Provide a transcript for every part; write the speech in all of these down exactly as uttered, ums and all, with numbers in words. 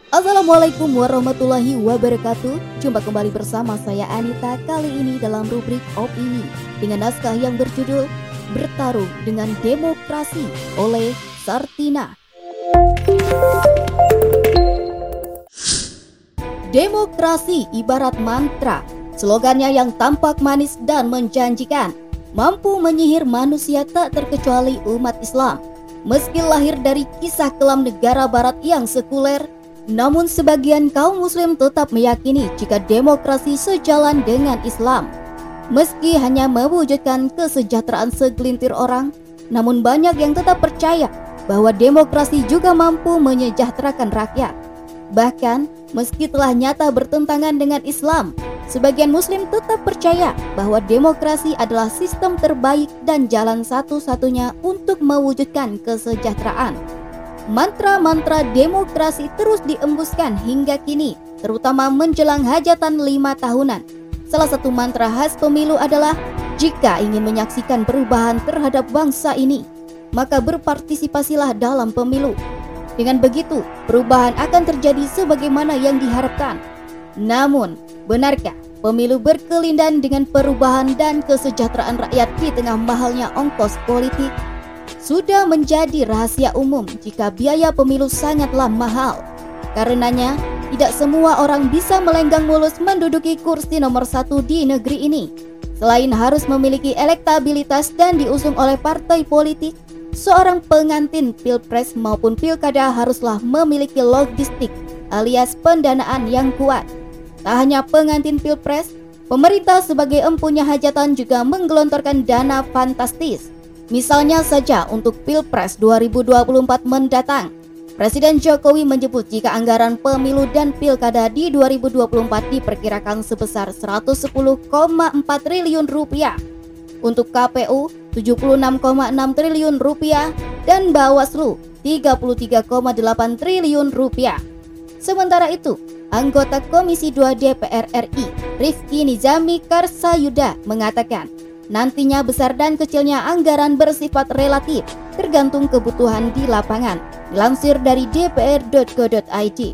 Assalamualaikum warahmatullahi wabarakatuh. Jumpa kembali bersama saya Anita, kali ini dalam rubrik opini dengan naskah yang berjudul Bertarung dengan Demokrasi oleh Sartina. Demokrasi ibarat mantra, slogannya yang tampak manis dan menjanjikan, mampu menyihir manusia tak terkecuali umat Islam. Meski lahir dari kisah kelam negara barat yang sekuler, namun sebagian kaum muslim tetap meyakini jika demokrasi sejalan dengan Islam. Meski hanya mewujudkan kesejahteraan segelintir orang, namun banyak yang tetap percaya bahwa demokrasi juga mampu menyejahterakan rakyat. Bahkan, meski telah nyata bertentangan dengan Islam, sebagian muslim tetap percaya bahwa demokrasi adalah sistem terbaik dan jalan satu-satunya untuk mewujudkan kesejahteraan. Mantra-mantra demokrasi terus diembuskan hingga kini, terutama menjelang hajatan lima tahunan. Salah satu mantra khas pemilu adalah, jika ingin menyaksikan perubahan terhadap bangsa ini, maka berpartisipasilah dalam pemilu. Dengan begitu, perubahan akan terjadi sebagaimana yang diharapkan. Namun, benarkah pemilu berkelindan dengan perubahan dan kesejahteraan rakyat di tengah mahalnya ongkos politik? Sudah menjadi rahasia umum jika biaya pemilu sangatlah mahal. Karenanya, tidak semua orang bisa melenggang mulus menduduki kursi nomor satu di negeri ini. Selain harus memiliki elektabilitas dan diusung oleh partai politik, seorang pengantin pilpres maupun pilkada haruslah memiliki logistik alias pendanaan yang kuat. Tak hanya pengantin pilpres, pemerintah sebagai empunya hajatan juga menggelontorkan dana fantastis. Misalnya saja untuk Pilpres dua ribu dua puluh empat mendatang, Presiden Jokowi menyebut jika anggaran pemilu dan pilkada di dua ribu dua puluh empat diperkirakan sebesar seratus sepuluh koma empat triliun rupiah, untuk K P U tujuh puluh enam koma enam triliun rupiah dan Bawaslu tiga puluh tiga koma delapan triliun rupiah. Sementara itu, anggota Komisi dua D P R R I Rifki Nizami Karsayuda mengatakan, nantinya besar dan kecilnya anggaran bersifat relatif, tergantung kebutuhan di lapangan. Dilansir dari d p r dot go dot i d.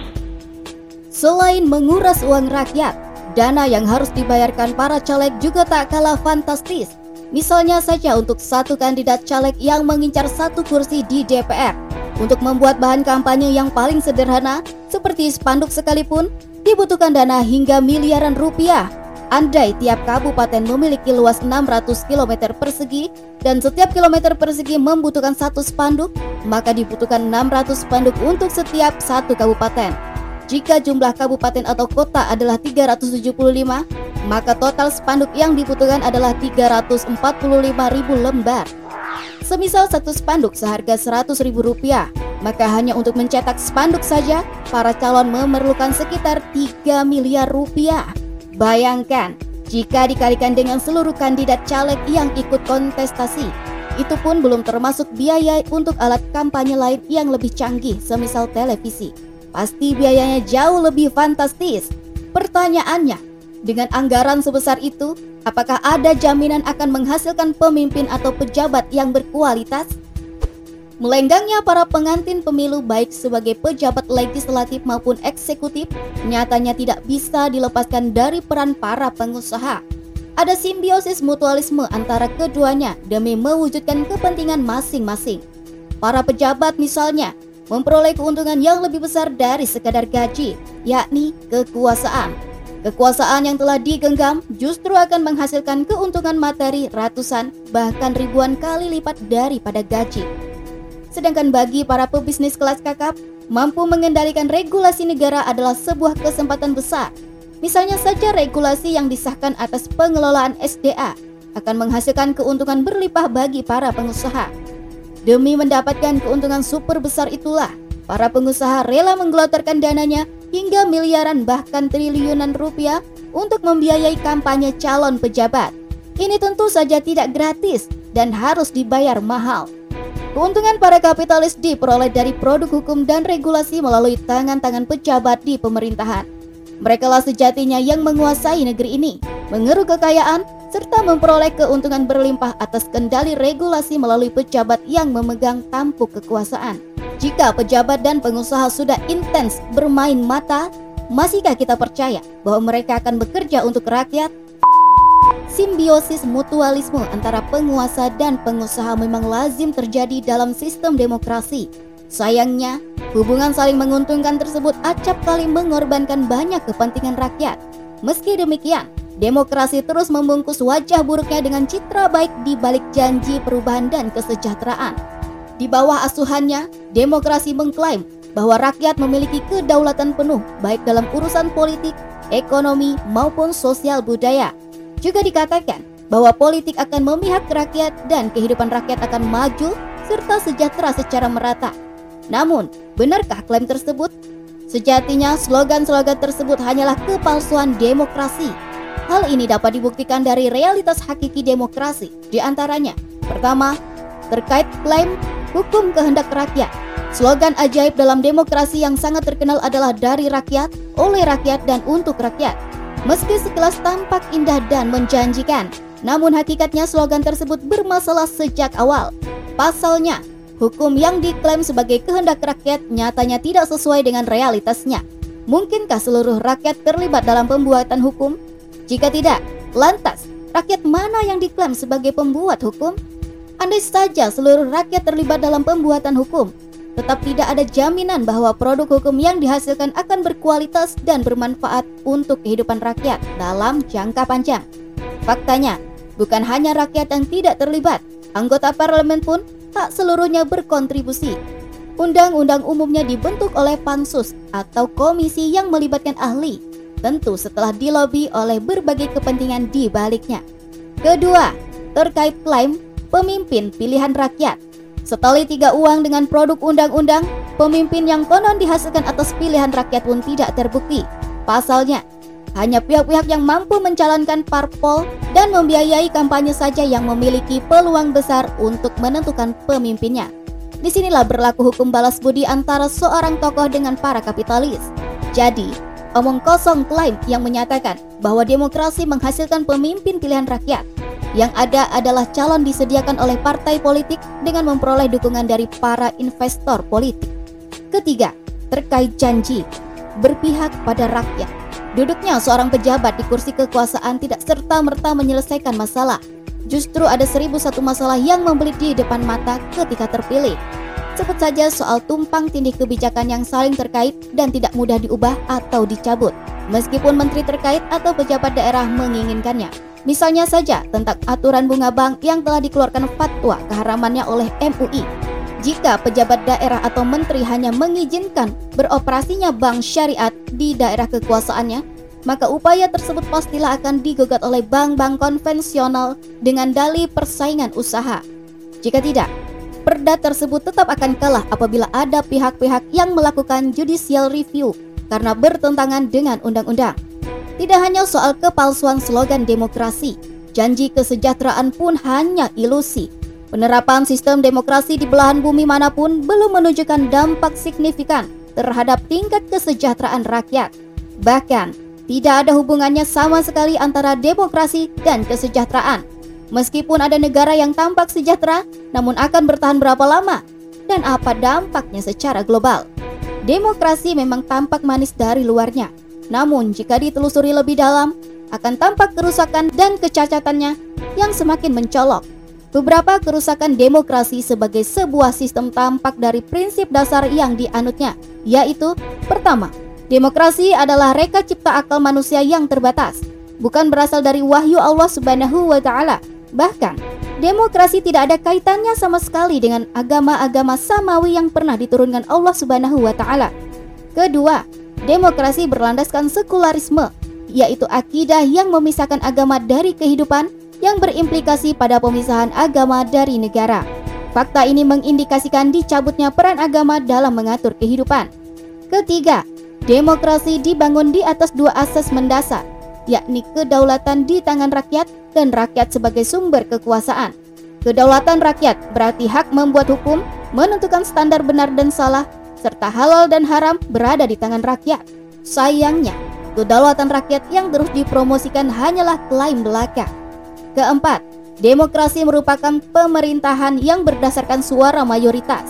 Selain menguras uang rakyat, dana yang harus dibayarkan para caleg juga tak kalah fantastis. Misalnya saja untuk satu kandidat caleg yang mengincar satu kursi di D P R, untuk membuat bahan kampanye yang paling sederhana, seperti spanduk sekalipun, dibutuhkan dana hingga miliaran rupiah. Andai tiap kabupaten memiliki luas enam ratus kilometer persegi dan setiap kilometer persegi membutuhkan satu spanduk, maka dibutuhkan enam ratus spanduk untuk setiap satu kabupaten. Jika jumlah kabupaten atau kota adalah tiga ratus tujuh puluh lima, maka total spanduk yang dibutuhkan adalah tiga ratus empat puluh lima ribu lembar. Semisal satu spanduk seharga seratus ribu rupiah, maka hanya untuk mencetak spanduk saja, para calon memerlukan sekitar tiga miliar rupiah. Bayangkan, jika dikalikan dengan seluruh kandidat caleg yang ikut kontestasi, itu pun belum termasuk biaya untuk alat kampanye lain yang lebih canggih, semisal televisi. Pasti biayanya jauh lebih fantastis. Pertanyaannya, dengan anggaran sebesar itu, apakah ada jaminan akan menghasilkan pemimpin atau pejabat yang berkualitas? Melenggangnya para pengantin pemilu baik sebagai pejabat legislatif maupun eksekutif nyatanya tidak bisa dilepaskan dari peran para pengusaha. Ada simbiosis mutualisme antara keduanya demi mewujudkan kepentingan masing-masing. Para pejabat misalnya memperoleh keuntungan yang lebih besar dari sekadar gaji, yakni kekuasaan. Kekuasaan yang telah digenggam justru akan menghasilkan keuntungan materi ratusan bahkan ribuan kali lipat daripada gaji. Sedangkan bagi para pebisnis kelas kakap, mampu mengendalikan regulasi negara adalah sebuah kesempatan besar. Misalnya saja regulasi yang disahkan atas pengelolaan S D A akan menghasilkan keuntungan berlimpah bagi para pengusaha. Demi mendapatkan keuntungan super besar itulah, para pengusaha rela menggelontorkan dananya hingga miliaran bahkan triliunan rupiah untuk membiayai kampanye calon pejabat. Ini tentu saja tidak gratis dan harus dibayar mahal. Keuntungan para kapitalis diperoleh dari produk hukum dan regulasi melalui tangan-tangan pejabat di pemerintahan. Merekalah sejatinya yang menguasai negeri ini, mengeruk kekayaan, serta memperoleh keuntungan berlimpah atas kendali regulasi melalui pejabat yang memegang tampuk kekuasaan. Jika pejabat dan pengusaha sudah intens bermain mata, masihkah kita percaya bahwa mereka akan bekerja untuk rakyat? Simbiosis mutualisme antara penguasa dan pengusaha memang lazim terjadi dalam sistem demokrasi. Sayangnya, hubungan saling menguntungkan tersebut acap kali mengorbankan banyak kepentingan rakyat. Meski demikian, demokrasi terus membungkus wajah buruknya dengan citra baik di balik janji perubahan dan kesejahteraan. Di bawah asuhannya, demokrasi mengklaim bahwa rakyat memiliki kedaulatan penuh baik dalam urusan politik, ekonomi, maupun sosial budaya. Juga dikatakan bahwa politik akan memihak ke rakyat dan kehidupan rakyat akan maju serta sejahtera secara merata. Namun, benarkah klaim tersebut? Sejatinya, slogan-slogan tersebut hanyalah kepalsuan demokrasi. Hal ini dapat dibuktikan dari realitas hakiki demokrasi. Di antaranya, pertama, terkait klaim hukum kehendak rakyat. Slogan ajaib dalam demokrasi yang sangat terkenal adalah dari rakyat, oleh rakyat, dan untuk rakyat. Meski sekilas tampak indah dan menjanjikan, namun hakikatnya slogan tersebut bermasalah sejak awal. Pasalnya, hukum yang diklaim sebagai kehendak rakyat nyatanya tidak sesuai dengan realitasnya. Mungkinkah seluruh rakyat terlibat dalam pembuatan hukum? Jika tidak, lantas rakyat mana yang diklaim sebagai pembuat hukum? Andai saja seluruh rakyat terlibat dalam pembuatan hukum, tetap tidak ada jaminan bahwa produk hukum yang dihasilkan akan berkualitas dan bermanfaat untuk kehidupan rakyat dalam jangka panjang. Faktanya, bukan hanya rakyat yang tidak terlibat, anggota parlemen pun tak seluruhnya berkontribusi. Undang-undang umumnya dibentuk oleh pansus atau komisi yang melibatkan ahli, tentu setelah dilobi oleh berbagai kepentingan di baliknya. Kedua, terkait klaim pemimpin pilihan rakyat. Setali tiga uang dengan produk undang-undang, pemimpin yang konon dihasilkan atas pilihan rakyat pun tidak terbukti. Pasalnya, hanya pihak-pihak yang mampu mencalonkan parpol dan membiayai kampanye saja yang memiliki peluang besar untuk menentukan pemimpinnya. Disinilah berlaku hukum balas budi antara seorang tokoh dengan para kapitalis. Jadi, omong kosong klaim yang menyatakan bahwa demokrasi menghasilkan pemimpin pilihan rakyat. Yang ada adalah calon disediakan oleh partai politik dengan memperoleh dukungan dari para investor politik. Ketiga, terkait janji berpihak pada rakyat. Duduknya seorang pejabat di kursi kekuasaan tidak serta-merta menyelesaikan masalah. Justru ada seribu satu masalah yang membelit di depan mata ketika terpilih. Sebut saja soal tumpang tindih kebijakan yang saling terkait dan tidak mudah diubah atau dicabut, meskipun menteri terkait atau pejabat daerah menginginkannya. Misalnya saja tentang aturan bunga bank yang telah dikeluarkan fatwa keharamannya oleh M U I. Jika pejabat daerah atau menteri hanya mengizinkan beroperasinya bank syariat di daerah kekuasaannya, maka upaya tersebut pastilah akan digugat oleh bank-bank konvensional dengan dalih persaingan usaha. Jika tidak, perda tersebut tetap akan kalah apabila ada pihak-pihak yang melakukan judicial review karena bertentangan dengan undang-undang. Tidak hanya soal kepalsuan slogan demokrasi, janji kesejahteraan pun hanya ilusi. Penerapan sistem demokrasi di belahan bumi manapun belum menunjukkan dampak signifikan terhadap tingkat kesejahteraan rakyat. Bahkan, tidak ada hubungannya sama sekali antara demokrasi dan kesejahteraan. Meskipun ada negara yang tampak sejahtera, namun akan bertahan berapa lama? Dan apa dampaknya secara global? Demokrasi memang tampak manis dari luarnya. Namun jika ditelusuri lebih dalam, akan tampak kerusakan dan kecacatannya yang semakin mencolok. Beberapa kerusakan demokrasi sebagai sebuah sistem tampak dari prinsip dasar yang dianutnya, yaitu pertama, demokrasi adalah reka cipta akal manusia yang terbatas, bukan berasal dari wahyu Allah Subhanahu wa Ta'ala. Bahkan, demokrasi tidak ada kaitannya sama sekali dengan agama-agama samawi yang pernah diturunkan Allah Subhanahu wa Ta'ala. Kedua, demokrasi berlandaskan sekularisme, yaitu akidah yang memisahkan agama dari kehidupan yang berimplikasi pada pemisahan agama dari negara. Fakta ini mengindikasikan dicabutnya peran agama dalam mengatur kehidupan. Ketiga, demokrasi dibangun di atas dua asas mendasar, yakni kedaulatan di tangan rakyat dan rakyat sebagai sumber kekuasaan. Kedaulatan rakyat berarti hak membuat hukum, menentukan standar benar dan salah, serta halal dan haram berada di tangan rakyat. Sayangnya, kedaulatan rakyat yang terus dipromosikan hanyalah klaim belaka. Keempat, demokrasi merupakan pemerintahan yang berdasarkan suara mayoritas.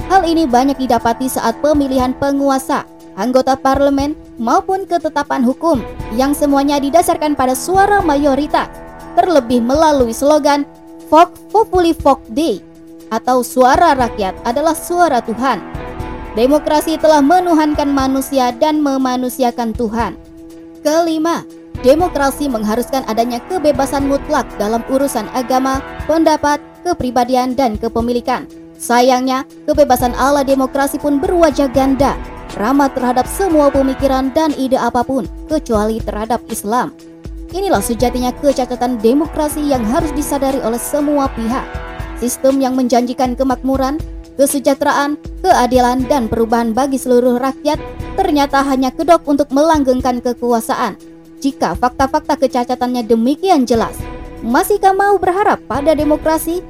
Hal ini banyak didapati saat pemilihan penguasa, anggota parlemen, maupun ketetapan hukum yang semuanya didasarkan pada suara mayoritas, terlebih melalui slogan Vox Populi Vox Dei atau suara rakyat adalah suara Tuhan. Demokrasi telah menuhankan manusia dan memanusiakan Tuhan. Kelima, demokrasi mengharuskan adanya kebebasan mutlak dalam urusan agama, pendapat, kepribadian, dan kepemilikan. Sayangnya, kebebasan ala demokrasi pun berwajah ganda, ramah terhadap semua pemikiran dan ide apapun, kecuali terhadap Islam. Inilah sejatinya kecacatan demokrasi yang harus disadari oleh semua pihak. Sistem yang menjanjikan kemakmuran, kesejahteraan, keadilan, dan perubahan bagi seluruh rakyat ternyata hanya kedok untuk melanggengkan kekuasaan. Jika fakta-fakta kecacatannya demikian jelas, masihkah mau berharap pada demokrasi?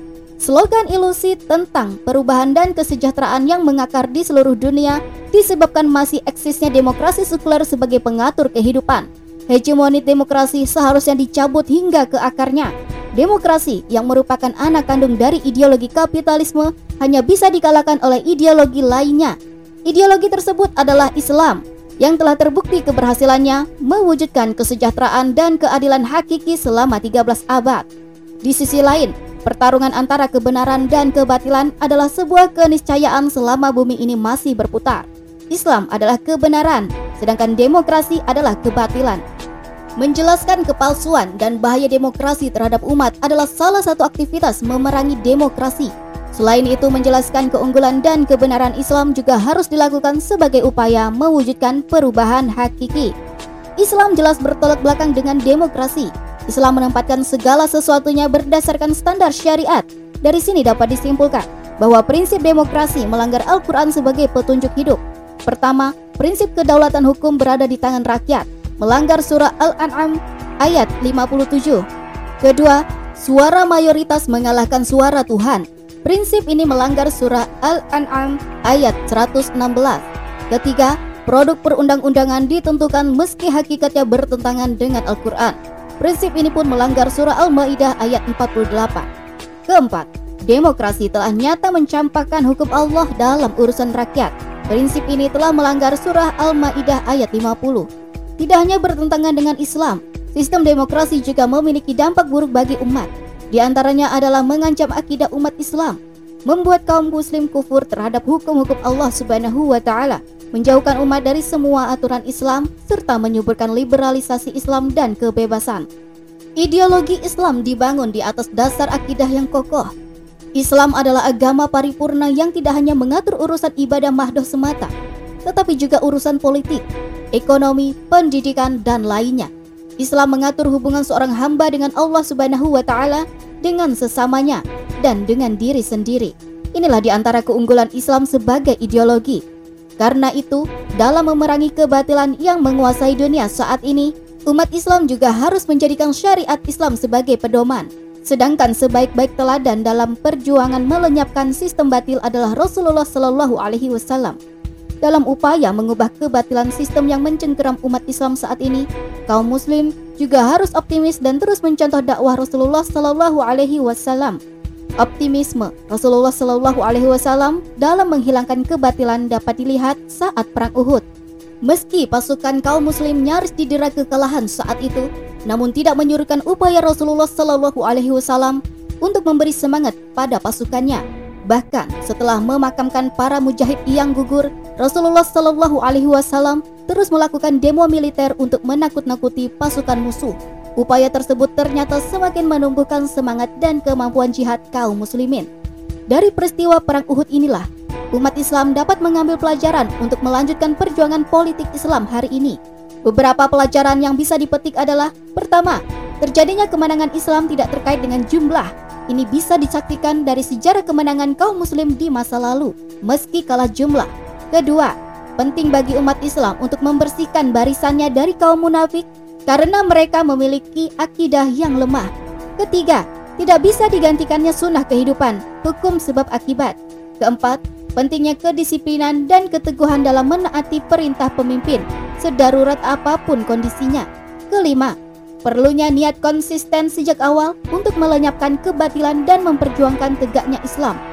Slogan ilusi tentang perubahan dan kesejahteraan yang mengakar di seluruh dunia disebabkan masih eksisnya demokrasi sekuler sebagai pengatur kehidupan. Hegemoni demokrasi seharusnya dicabut hingga ke akarnya. Demokrasi yang merupakan anak kandung dari ideologi kapitalisme hanya bisa dikalahkan oleh ideologi lainnya. Ideologi tersebut adalah Islam, yang telah terbukti keberhasilannya mewujudkan kesejahteraan dan keadilan hakiki selama tiga belas abad. Di sisi lain, pertarungan antara kebenaran dan kebatilan adalah sebuah keniscayaan selama bumi ini masih berputar. Islam adalah kebenaran, sedangkan demokrasi adalah kebatilan. Menjelaskan kepalsuan dan bahaya demokrasi terhadap umat adalah salah satu aktivitas memerangi demokrasi. Selain itu, menjelaskan keunggulan dan kebenaran Islam juga harus dilakukan sebagai upaya mewujudkan perubahan hakiki. Islam jelas bertolak belakang dengan demokrasi. Islam menempatkan segala sesuatunya berdasarkan standar syariat. Dari sini dapat disimpulkan bahwa prinsip demokrasi melanggar Al-Quran sebagai petunjuk hidup. Pertama, prinsip kedaulatan hukum berada di tangan rakyat, melanggar surah Al-An'am ayat lima puluh tujuh. Kedua, suara mayoritas mengalahkan suara Tuhan. Prinsip ini melanggar surah Al-An'am ayat seratus enam belas. Ketiga, produk perundang-undangan ditentukan meski hakikatnya bertentangan dengan Al-Quran. Prinsip ini pun melanggar surah Al-Maidah ayat empat puluh delapan. Keempat, demokrasi telah nyata mencampakkan hukum Allah dalam urusan rakyat. Prinsip ini telah melanggar surah Al-Maidah ayat lima puluh. Tidak hanya bertentangan dengan Islam, sistem demokrasi juga memiliki dampak buruk bagi umat. Di antaranya adalah mengancam akidah umat Islam, membuat kaum muslim kufur terhadap hukum-hukum Allah Subhanahu wa Ta'ala, menjauhkan umat dari semua aturan Islam, serta menyuburkan liberalisasi Islam dan kebebasan. Ideologi Islam dibangun di atas dasar akidah yang kokoh. Islam adalah agama paripurna yang tidak hanya mengatur urusan ibadah mahdoh semata, tetapi juga urusan politik, ekonomi, pendidikan, dan lainnya. Islam mengatur hubungan seorang hamba dengan Allah Subhanahu wa Ta'ala, dengan sesamanya, dan dengan diri sendiri. Inilah di antara keunggulan Islam sebagai ideologi. Karena itu, dalam memerangi kebatilan yang menguasai dunia saat ini, umat Islam juga harus menjadikan syariat Islam sebagai pedoman. Sedangkan sebaik-baik teladan dalam perjuangan melenyapkan sistem batil adalah Rasulullah Shallallahu Alaihi Wasallam. Dalam upaya mengubah kebatilan sistem yang mencengkeram umat Islam saat ini, kaum muslim juga harus optimis dan terus mencontoh dakwah Rasulullah Shallallahu Alaihi Wasallam. Optimisme Rasulullah Shallallahu Alaihi Wasallam dalam menghilangkan kebatilan dapat dilihat saat perang Uhud. Meski pasukan kaum muslim nyaris didera kekalahan saat itu, namun tidak menyurutkan upaya Rasulullah Shallallahu Alaihi Wasallam untuk memberi semangat pada pasukannya. Bahkan setelah memakamkan para mujahid yang gugur, Rasulullah Shallallahu Alaihi Wasallam terus melakukan demo militer untuk menakut-nakuti pasukan musuh. Upaya tersebut ternyata semakin menumbuhkan semangat dan kemampuan jihad kaum muslimin. Dari peristiwa perang Uhud inilah, umat Islam dapat mengambil pelajaran untuk melanjutkan perjuangan politik Islam hari ini. Beberapa pelajaran yang bisa dipetik adalah: pertama, terjadinya kemenangan Islam tidak terkait dengan jumlah. Ini bisa disaksikan dari sejarah kemenangan kaum muslim di masa lalu, meski kalah jumlah. Kedua, penting bagi umat Islam untuk membersihkan barisannya dari kaum munafik karena mereka memiliki akidah yang lemah. Ketiga, tidak bisa digantikannya sunnah kehidupan, hukum sebab akibat. Keempat, pentingnya kedisiplinan dan keteguhan dalam menaati perintah pemimpin, sedarurat apapun kondisinya. Kelima, perlunya niat konsisten sejak awal untuk melenyapkan kebatilan dan memperjuangkan tegaknya Islam.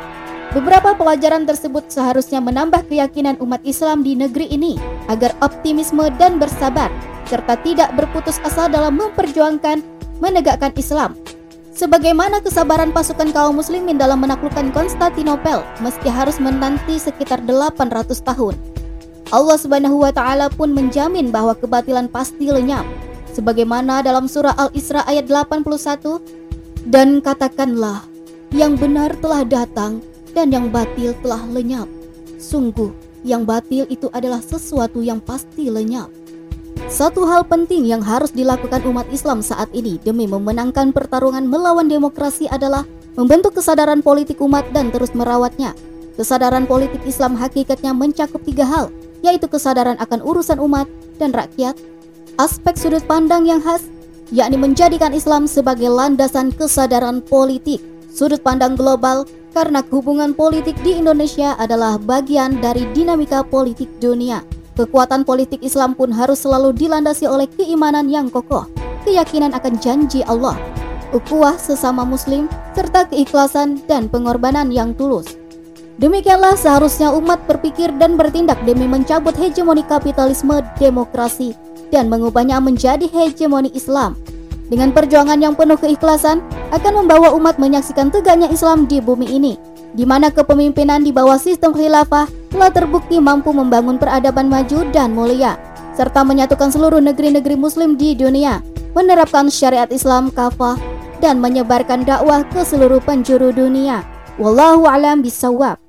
Beberapa pelajaran tersebut seharusnya menambah keyakinan umat Islam di negeri ini agar optimisme dan bersabar, serta tidak berputus asa dalam memperjuangkan menegakkan Islam. Sebagaimana kesabaran pasukan kaum muslimin dalam menaklukkan Konstantinopel meski harus menanti sekitar delapan ratus tahun. Allah Subhanahu wa taala pun menjamin bahwa kebatilan pasti lenyap. Sebagaimana dalam surah Al-Isra ayat delapan puluh satu, dan katakanlah, yang benar telah datang dan yang batil telah lenyap. Sungguh, yang batil itu adalah sesuatu yang pasti lenyap. Satu hal penting yang harus dilakukan umat Islam saat ini demi memenangkan pertarungan melawan demokrasi adalah membentuk kesadaran politik umat dan terus merawatnya. Kesadaran politik Islam hakikatnya mencakup tiga hal, yaitu kesadaran akan urusan umat dan rakyat, aspek sudut pandang yang khas, yakni menjadikan Islam sebagai landasan kesadaran politik, sudut pandang global, karena hubungan politik di Indonesia adalah bagian dari dinamika politik dunia. Kekuatan politik Islam pun harus selalu dilandasi oleh keimanan yang kokoh, keyakinan akan janji Allah, ukhuwah sesama muslim, serta keikhlasan dan pengorbanan yang tulus. Demikianlah seharusnya umat berpikir dan bertindak demi mencabut hegemoni kapitalisme demokrasi dan mengubahnya menjadi hegemoni Islam. Dengan perjuangan yang penuh keikhlasan akan membawa umat menyaksikan tegaknya Islam di bumi ini, di mana kepemimpinan di bawah sistem khilafah telah terbukti mampu membangun peradaban maju dan mulia, serta menyatukan seluruh negeri-negeri muslim di dunia, menerapkan syariat Islam kafah, dan menyebarkan dakwah ke seluruh penjuru dunia. Wallahu a'lam bishawab.